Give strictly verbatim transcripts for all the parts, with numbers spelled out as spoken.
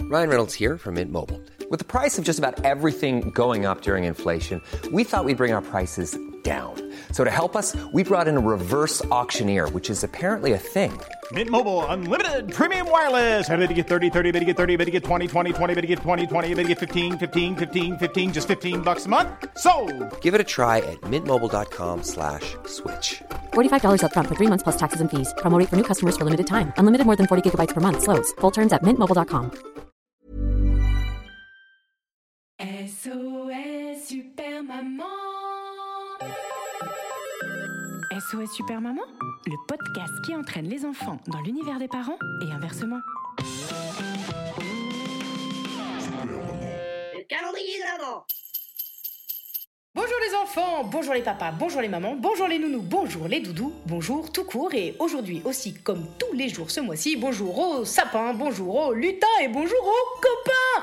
Ryan Reynolds here from Mint Mobile. With the price of just about everything going up during inflation, we thought we'd bring our prices down. So to help us, we brought in a reverse auctioneer, which is apparently a thing. Mint Mobile Unlimited Premium Wireless. How to get thirty, thirty, how to get thirty, how to get twenty, twenty, twenty, how to get twenty, twenty, how to get fifteen, fifteen, fifteen, fifteen, just fifteen bucks a month? Sold! Give it a try at mintmobile.com slash switch. forty-five dollars up front for three months plus taxes and fees. Promo rate for new customers for limited time. Unlimited more than forty gigabytes per month. Slows full terms at mint mobile dot com. S O S Super Maman. S O S Super Maman, le podcast qui entraîne les enfants dans l'univers des parents et inversement. Le calendrier de l'Avent. Bonjour les enfants, bonjour les papas, bonjour les mamans, bonjour les nounous, bonjour les doudous, bonjour tout court et aujourd'hui aussi comme tous les jours ce mois-ci, bonjour aux sapins, bonjour aux lutins et bonjour aux copains.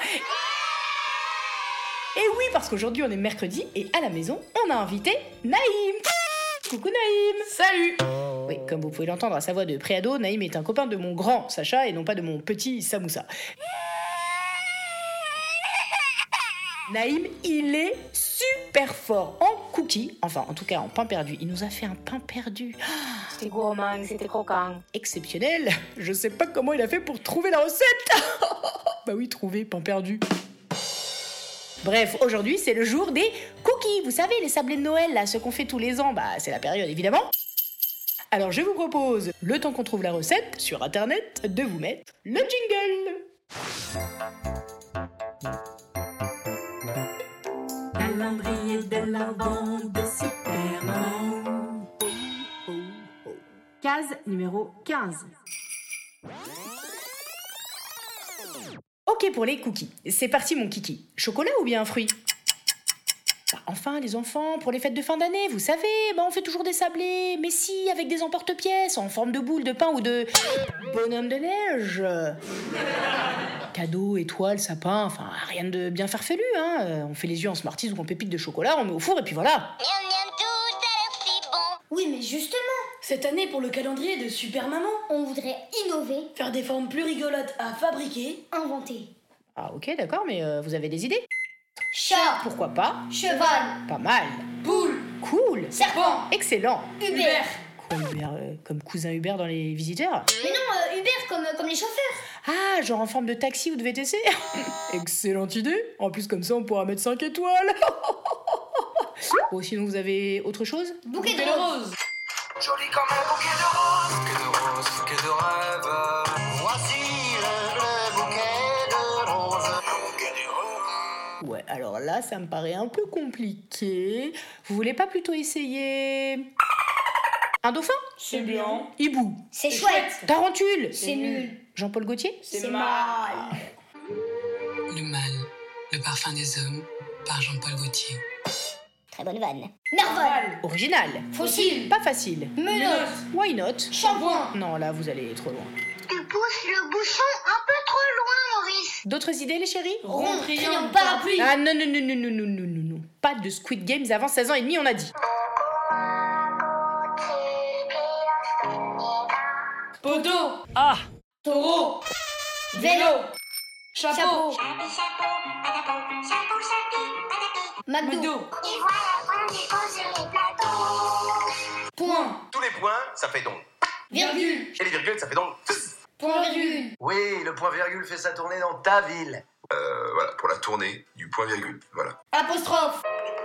Et oui, parce qu'aujourd'hui on est mercredi et à la maison on a invité Naïm. Coucou Naïm. Salut. Oui, comme vous pouvez l'entendre à sa voix de préado, Naïm est un copain de mon grand Sacha et non pas de mon petit Samoussa. Naïm, il est super fort en cookies, enfin en tout cas en pain perdu. Il nous a fait un pain perdu. C'était gourmand, c'était croquant. Exceptionnel. Je sais pas comment il a fait pour trouver la recette. Bah oui, trouver pain perdu. Bref, aujourd'hui c'est le jour des cookies. Vous savez, les sablés de Noël, là, ceux qu'on fait tous les ans, bah c'est la période évidemment. Alors je vous propose, le temps qu'on trouve la recette sur internet, de vous mettre le jingle. Calendrier de l'Avent de Super Maman. Case numéro quinze. Ok pour les cookies. C'est parti mon kiki. Chocolat ou bien fruits ? Bah, enfin les enfants, pour les fêtes de fin d'année, vous savez, bah, on fait toujours des sablés, mais si, avec des emporte-pièces, en forme de boule, de pain ou de bonhomme de neige. Cadeaux, étoiles, sapins, enfin rien de bien farfelu, hein. Euh, on fait les yeux en Smarties ou en pépites de chocolat, on met au four et puis voilà. Miam miam, tout a l'air si bon. Oui, mais justement, Cette année, pour le calendrier de Super Maman, on voudrait innover, faire des formes plus rigolotes à fabriquer. inventer. Ah ok d'accord, mais euh, vous avez des idées ? Chat, Pourquoi pas ? cheval, Pas mal. Poule, Cool. serpent, Excellent. Hubert. Quoi Hubert euh, comme cousin Hubert dans les visiteurs ? Mais non, euh, Hubert comme, comme les chauffeurs. Ah, genre en forme de taxi ou de V T C. Excellente idée. En plus, comme ça, on pourra mettre cinq étoiles. Bon, sinon, vous avez autre chose ? Bouquet de de roses. rose. Joli comme un bouquet de roses, bouquet de roses, bouquet de rêves. Voici le, le bouquet de roses, le bouquet de roses. Ouais, alors là, ça me paraît un peu compliqué. Vous voulez pas plutôt essayer... un dauphin ? C'est bien. Hibou ? C'est chouette. Tarentule ? C'est nul. Jean-Paul Gaultier ? C'est mal. Le mal, le parfum des hommes, par Jean-Paul Gaultier. Très bonne vanne. Narval, Original. fossile, Pas facile. menottes, Why not ? shampoing. Non, là, vous allez trop loin. Tu pousses le bouchon un peu trop loin, Maurice. D'autres idées, les chéris ? Rond, triangle, parapluie. Ah non, non, non, non, non, non, non, non, non. Pas de Squid Games avant seize ans et demi, on a dit. Poteau, Ah, taureau, Vélo, chapeau, chapeau, McDo, McDo, Et voilà, on dépose les plateaux. point, tous les points, ça fait donc. virgule, Et les virgules, ça fait donc. point virgule. Oui, le point virgule fait sa tournée dans ta ville. Euh, voilà, pour la tournée du point virgule, voilà. Apostrophe,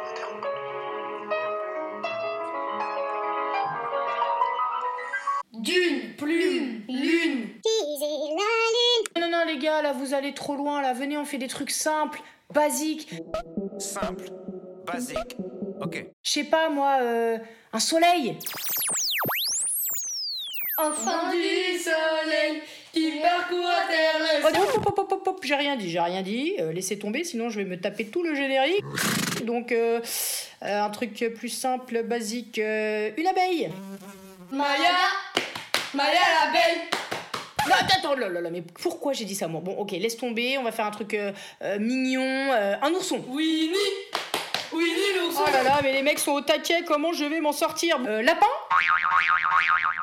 dune, plume, lune. Non, non, les gars, là, vous allez trop loin, là. Venez, on fait des trucs simples, basiques. Simple, basique. Ok. Je sais pas, moi, euh, un soleil. enfin Du soleil qui parcourt à terre le Oh, hop, hop, hop, hop, hop, j'ai rien dit, j'ai rien dit. Euh, laissez tomber, sinon je vais me taper tout le générique. Donc, euh, euh, un truc plus simple, basique. euh, une abeille. Maya, Maya l'abeille. Non, attends, attends, là, là, là, mais pourquoi j'ai dit ça, moi ? Bon, ok, laisse tomber, on va faire un truc euh, euh, mignon. euh, un ourson. Winnie, Winnie l'ourson. Oh là là, mais les mecs sont au taquet, comment je vais m'en sortir ? euh, Lapin ?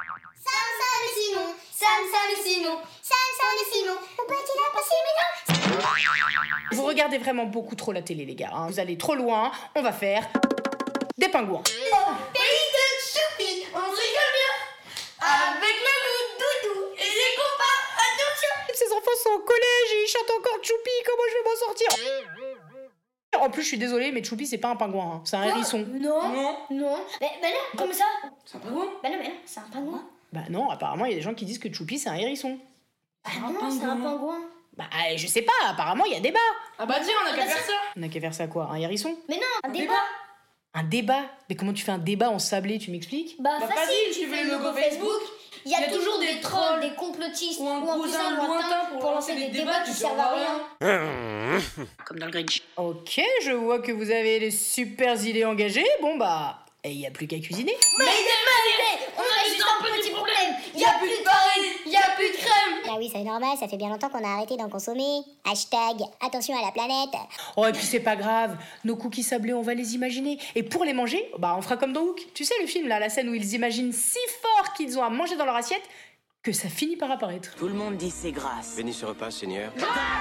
Sam, Sam et Simon, Sam, Sam et Simon, Sam, Sam et Simon, le petit lapin si mignon. Vous regardez vraiment beaucoup trop la télé, les gars. Hein. Vous allez trop loin. On va faire des pingouins. Oh, pays de Choupi, on rigole bien. Avec le loup Doudou et les copains, attention. Ces enfants sont au collège et ils chantent encore Choupi. Comment je vais m'en sortir? En plus, je suis désolée, mais Choupi, c'est pas un pingouin. Hein. C'est un Quoi? hérisson. Non. Non. Non. Mais, mais non, comme ça. C'est un pingouin? Bah non, mais non, c'est un pingouin. Bah non, apparemment, il y a des gens qui disent que Choupi, c'est un hérisson. Bah non, c'est un pingouin. Bah, je sais pas, apparemment, il y a débat. Ah bah tiens, on a qu'à faire ça. On a qu'à faire ça quoi? Un hérisson? Mais non, un, Un débat. débat. Un débat? Mais comment tu fais un débat en sablé, tu m'expliques? Bah, Bah, facile, facile, tu fais le logo Facebook. Il y a, toujours des trolls, des complotistes ou un cousin lointain pour lancer des débats qui servent à rien. Comme dans le Grinch. Ok, je vois que vous avez des super idées engagées. Bon bah, il n'y a plus qu'à cuisiner. Mais désolé, on a juste un petit problème. Il y a plus de farine, il y a plus de crème. Ah oui, c'est normal, ça fait bien longtemps qu'on a arrêté d'en consommer. Hashtag attention à la planète. Oh, et puis c'est pas grave, nos cookies sablés, on va les imaginer. Et pour les manger, bah on fera comme dans Hook. Tu sais le film là, la scène où ils imaginent si fort qu'ils ont à manger dans leur assiette que ça finit par apparaître. Tout le monde dit c'est grâce. Bénis ce repas, Seigneur.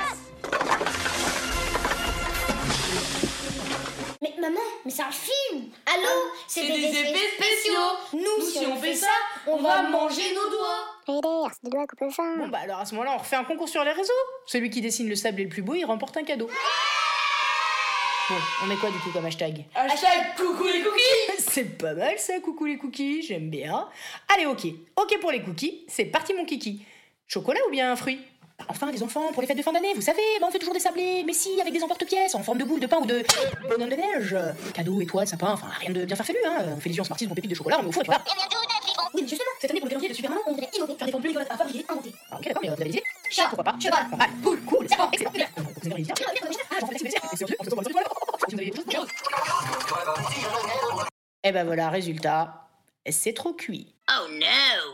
Mais maman, mais c'est un film. Allô, c'est des, des effets spéciaux. Nous, si on fait ça, on va manger nos doigts. Raider, c'est des doigts coupe fin. Bon bah alors à ce moment-là, on refait un concours sur les réseaux. Celui qui dessine le sablé le plus beau, il remporte un cadeau. Bon, on met quoi du coup comme hashtag? Hashtag coucou les cookies. C'est pas mal ça, coucou les cookies, j'aime bien. Allez, ok. Ok pour les cookies, c'est parti mon kiki. Chocolat ou bien fruits? Enfin, les enfants, pour les fêtes de fin d'année, vous savez, bah on fait toujours des sablés, mais si, avec des emporte-pièces, en forme de boule, de pain ou de bonhomme de neige. Cadeaux, étoiles, sapin, enfin, rien de bien farfelu, hein. On fait des yeux en Smarties, bon pépites de chocolat, on met au four et puis voilà. Oui, mais justement, Cette année, pour le calendrier de Super Maman, on voudrait innover, faire des formes plus rigolotes à fabriquer, inventer. Ah, ok, d'accord, mais vous avez des idées? Chat, Pourquoi pas? cheval, Allez, cool, cool, serpent, excellent, bien. Vous avez des idées? Ah, j'en fais la cimetière, c'est sérieux, on se tourne dans le toile. Et ben voilà, résultat, c'est trop cuit. Oh no.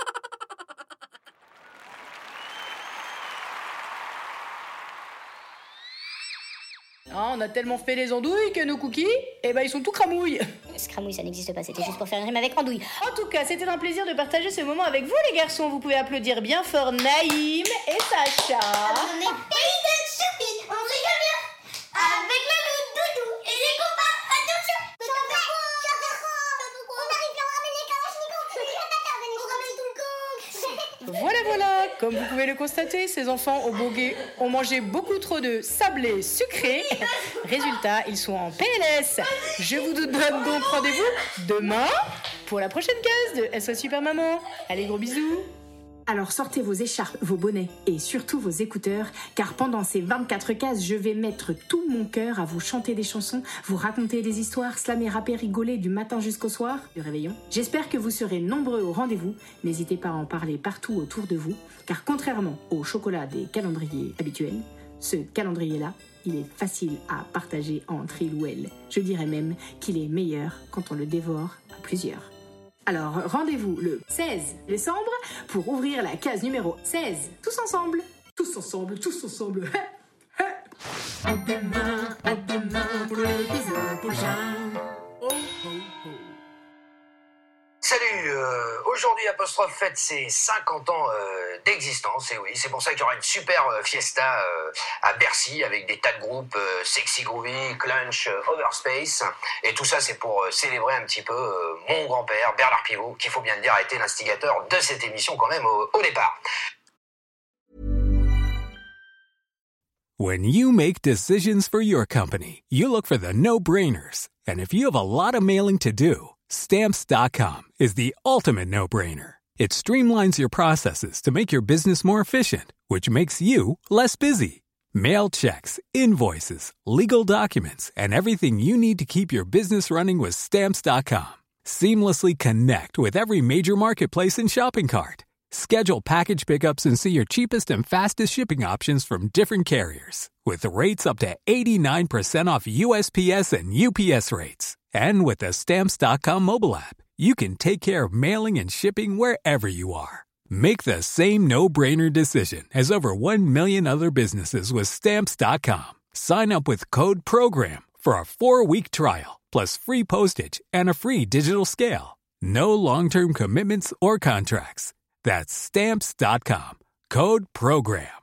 Ah, on a tellement fait les andouilles que nos cookies, eh ben ils sont tout cramouilles. Scramouille, ça n'existe pas, c'était juste pour faire une rime avec andouille. En tout cas, c'était un plaisir de partager ce moment avec vous les garçons. Vous pouvez applaudir bien fort Naïm et Sacha. On est pays de Choupi, on rigole bien. Avec le loup Doudou et les copains, attention. Mais ça fait quoi? Ça fait quoi? On arrive là, on ramène les kalachnikovs. On ramène tout le gang. Voilà, voilà. Comme vous pouvez le constater, ces enfants au Boguet ont mangé beaucoup trop de sablé sucré. Résultat, ils sont en P L S. Je vous donne donc rendez-vous demain pour la prochaine case de S O S Super Maman. Allez, gros bisous. Alors sortez vos écharpes, vos bonnets et surtout vos écouteurs, car pendant ces vingt-quatre cases, je vais mettre tout mon cœur à vous chanter des chansons, vous raconter des histoires, slammer, rapper, rigoler du matin jusqu'au soir, du réveillon. J'espère que vous serez nombreux au rendez-vous. N'hésitez pas à en parler partout autour de vous, car contrairement au chocolat des calendriers habituels, ce calendrier-là, il est facile à partager entre il ou elle. Je dirais même qu'il est meilleur quand on le dévore à plusieurs. Alors, rendez-vous le seize décembre pour ouvrir la case numéro seize. Tous ensemble. Tous ensemble, tous ensemble. À demain, à demain pour l'épisode prochain. Oh, oh, oh. Salut, euh, aujourd'hui Apostrophe fête ses cinquante ans euh, d'existence, et oui, c'est pour ça qu'il y aura une super euh, fiesta euh, à Bercy avec des tas de groupes euh, Sexy Groovy, Clunch, euh, Overspace, et tout ça c'est pour euh, célébrer un petit peu euh, mon grand-père Bernard Pivot, qui faut bien le dire a été l'instigateur de cette émission quand même au, au départ. When you make decisions for your company, you look for the no-brainers, and if you have a lot of mailing to do, Stamps dot com is the ultimate no-brainer. It streamlines your processes to make your business more efficient, which makes you less busy. Mail checks, invoices, legal documents, and everything you need to keep your business running with Stamps dot com. Seamlessly connect with every major marketplace and shopping cart. Schedule package pickups and see your cheapest and fastest shipping options from different carriers, with rates up to eighty-nine percent off U S P S and U P S rates. And with the Stamps dot com mobile app, you can take care of mailing and shipping wherever you are. Make the same no-brainer decision as over one million other businesses with Stamps dot com. Sign up with code PROGRAM for a four-week trial, plus free postage and a free digital scale. No long-term commitments or contracts. That's Stamps dot com. Code PROGRAM.